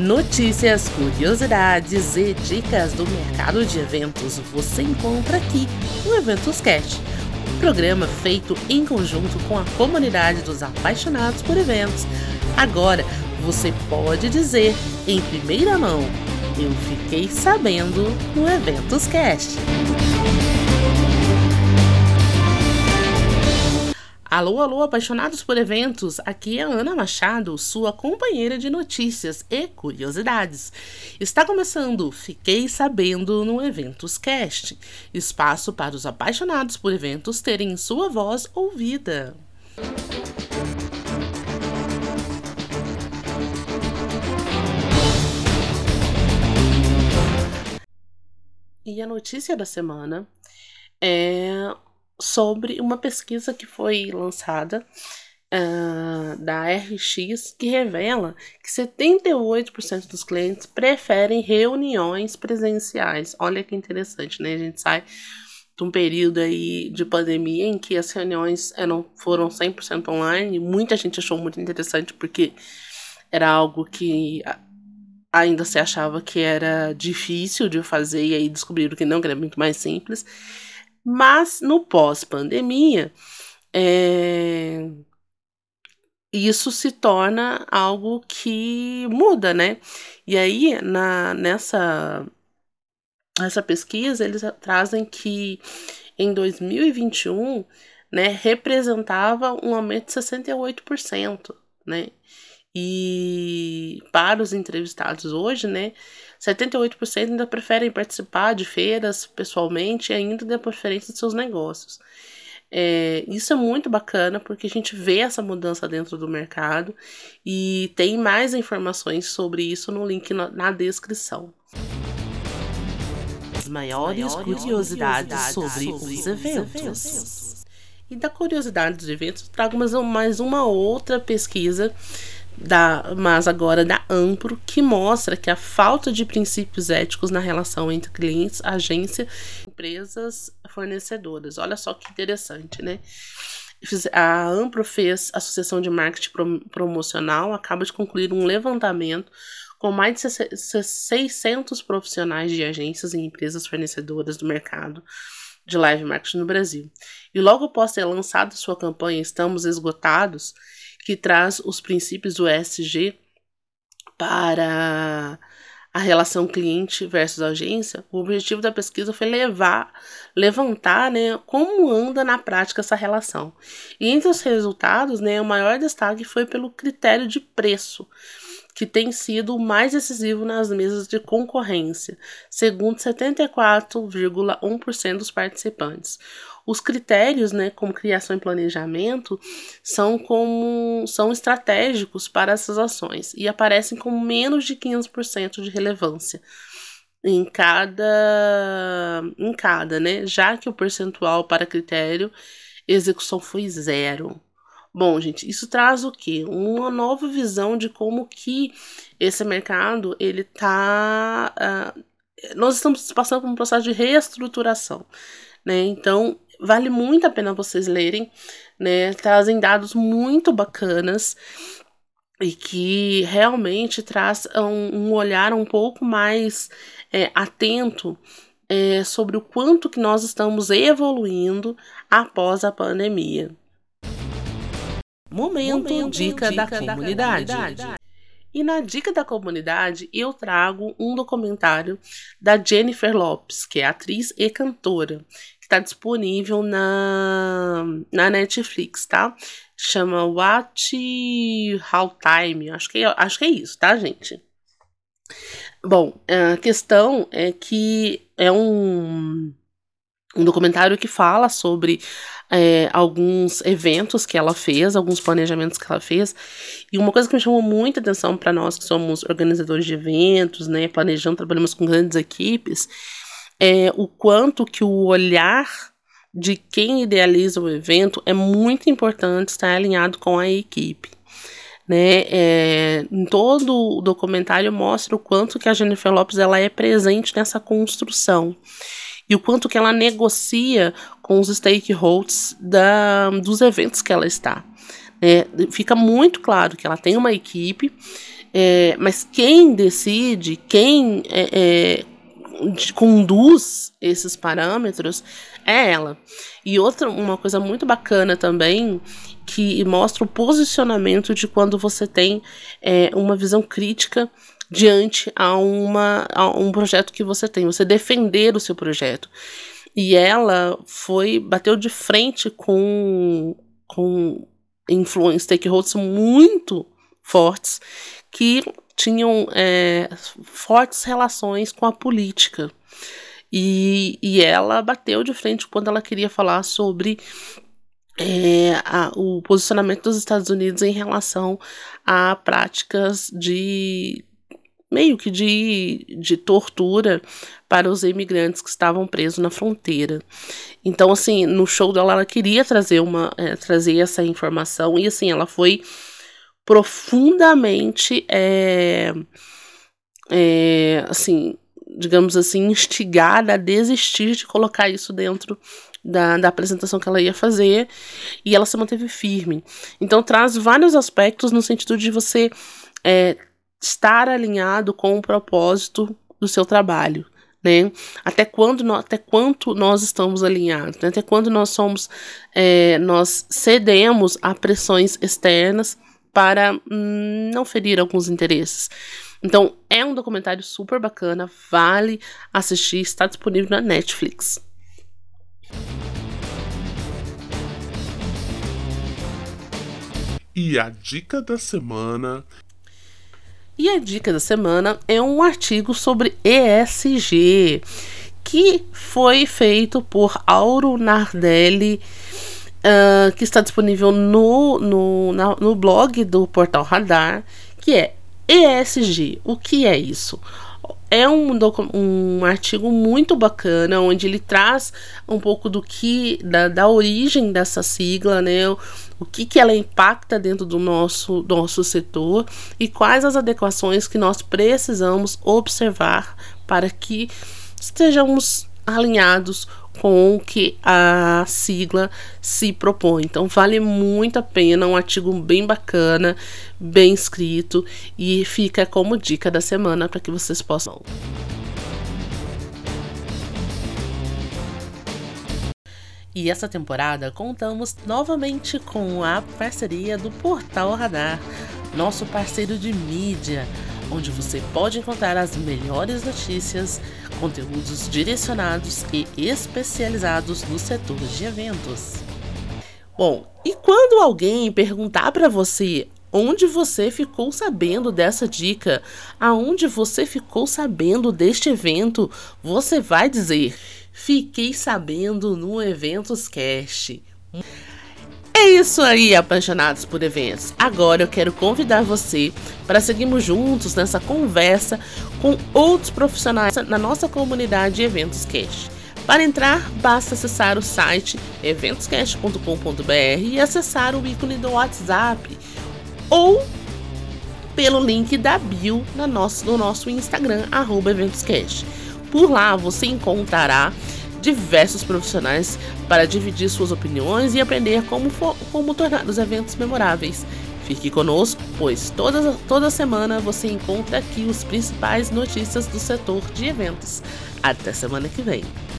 Notícias, curiosidades e dicas do mercado de eventos você encontra aqui no EventosCast, um programa feito em conjunto com a comunidade dos apaixonados por eventos. Agora você pode dizer em primeira mão: eu fiquei sabendo no EventosCast. Alô, apaixonados por eventos, aqui é a Ana Machado, sua companheira de notícias e curiosidades. Está começando Fiquei Sabendo no EventosCast, espaço para os apaixonados por eventos terem sua voz ouvida. E a notícia da semana é sobre uma pesquisa que foi lançada da RX, que revela que 78% dos clientes preferem reuniões presenciais. Olha que interessante, né? A gente sai de um período aí de pandemia em que as reuniões foram 100% online. Muita gente achou muito interessante porque era algo que ainda se achava que era difícil de fazer, e aí descobriram que não, que era muito mais simples. Mas no pós-pandemia, isso se torna algo que muda, né? E aí, nessa pesquisa, eles trazem que em 2021, né, representava um aumento de 68%, né? E para os entrevistados hoje, né, 78% ainda preferem participar de feiras pessoalmente e ainda dão preferência de seus negócios. Isso é muito bacana porque a gente vê essa mudança dentro do mercado e tem mais informações sobre isso no link na descrição. As maiores curiosidades sobre os eventos. E da curiosidade dos eventos, trago mais uma outra pesquisa mas agora da Ampro, que mostra que a falta de princípios éticos na relação entre clientes, agência, empresas fornecedoras. Olha só que interessante, né? A Ampro fez, a Associação de Marketing Promocional, acaba de concluir um levantamento com mais de 600 profissionais de agências e empresas fornecedoras do mercado de live marketing no Brasil. E logo após ter lançado sua campanha Estamos Esgotados, que traz os princípios do ESG para a relação cliente versus agência, o objetivo da pesquisa foi levantar, né, como anda na prática essa relação. E entre os resultados, né, o maior destaque foi pelo critério de preço, que tem sido o mais decisivo nas mesas de concorrência, segundo 74,1% dos participantes. Os critérios, né, como criação e planejamento, são estratégicos para essas ações e aparecem com menos de 15% de relevância em cada, né, já que o percentual para critério execução foi 0. Bom, gente, isso traz o quê? Uma nova visão de como que esse mercado, ele tá... nós estamos passando por um processo de reestruturação, né? Então, vale muito a pena vocês lerem, né? Trazem dados muito bacanas e que realmente traz um olhar um pouco mais atento sobre o quanto que nós estamos evoluindo após a pandemia. Momento dica da comunidade. E na dica da comunidade eu trago um documentário da Jennifer Lopez, que é atriz e cantora, que está disponível na Netflix, tá? Chama What How Time, acho que é isso, tá, gente? Bom, a questão é que é um documentário que fala sobre alguns eventos que ela fez, alguns planejamentos que ela fez, e uma coisa que me chamou muita atenção para nós que somos organizadores de eventos, né, trabalhamos com grandes equipes, é o quanto que o olhar de quem idealiza o evento é muito importante estar alinhado com a equipe, né? Em todo o documentário mostra o quanto que a Jennifer Lopez ela é presente nessa construção e o quanto que ela negocia com os stakeholders dos eventos que ela está. Fica muito claro que ela tem uma equipe Mas quem decide, quem conduz esses parâmetros é ela. E uma coisa muito bacana também, que mostra o posicionamento de quando você tem uma visão crítica diante a um projeto que você tem, você defender o seu projeto. E ela bateu de frente com stakeholders muito fortes, que tinham fortes relações com a política. E ela bateu de frente quando ela queria falar sobre o posicionamento dos Estados Unidos em relação a práticas de tortura para os imigrantes que estavam presos na fronteira. Então, assim, no show dela, ela queria trazer essa informação, e assim, ela foi profundamente assim, digamos assim, instigada a desistir de colocar isso dentro da apresentação que ela ia fazer, e ela se manteve firme. Então traz vários aspectos no sentido de você estar alinhado com o propósito do seu trabalho, né? Até quanto nós estamos alinhados, né? Até quando nós cedemos a pressões externas para não ferir alguns interesses. Então, é um documentário super bacana, vale assistir, está disponível na Netflix. E a dica da semana? E a dica da semana é um artigo sobre ESG, que foi feito por Auro Nardelli, que está disponível no blog do Portal Radar, que é ESG. O que é isso? É um artigo muito bacana, onde ele traz um pouco da origem dessa sigla, né? O que ela impacta dentro do nosso setor e quais as adequações que nós precisamos observar para que estejamos alinhados com o que a sigla se propõe. Então vale muito a pena, um artigo bem bacana, bem escrito, e fica como dica da semana para que vocês possam. E essa temporada contamos novamente com a parceria do Portal Radar, nosso parceiro de mídia, onde você pode encontrar as melhores notícias, conteúdos direcionados e especializados no setor de eventos. Bom, e quando alguém perguntar para você onde você ficou sabendo dessa dica, aonde você ficou sabendo deste evento, você vai dizer: fiquei sabendo no EventosCast. É isso aí, apaixonados por eventos. Agora eu quero convidar você para seguirmos juntos nessa conversa com outros profissionais na nossa comunidade EventosCast. Para entrar, basta acessar o site eventoscast.com.br e acessar o ícone do WhatsApp ou pelo link da bio no nosso Instagram, @eventoscast. Por lá você encontrará diversos profissionais para dividir suas opiniões e aprender como tornar os eventos memoráveis. Fique conosco, pois toda semana você encontra aqui os principais notícias do setor de eventos. Até semana que vem.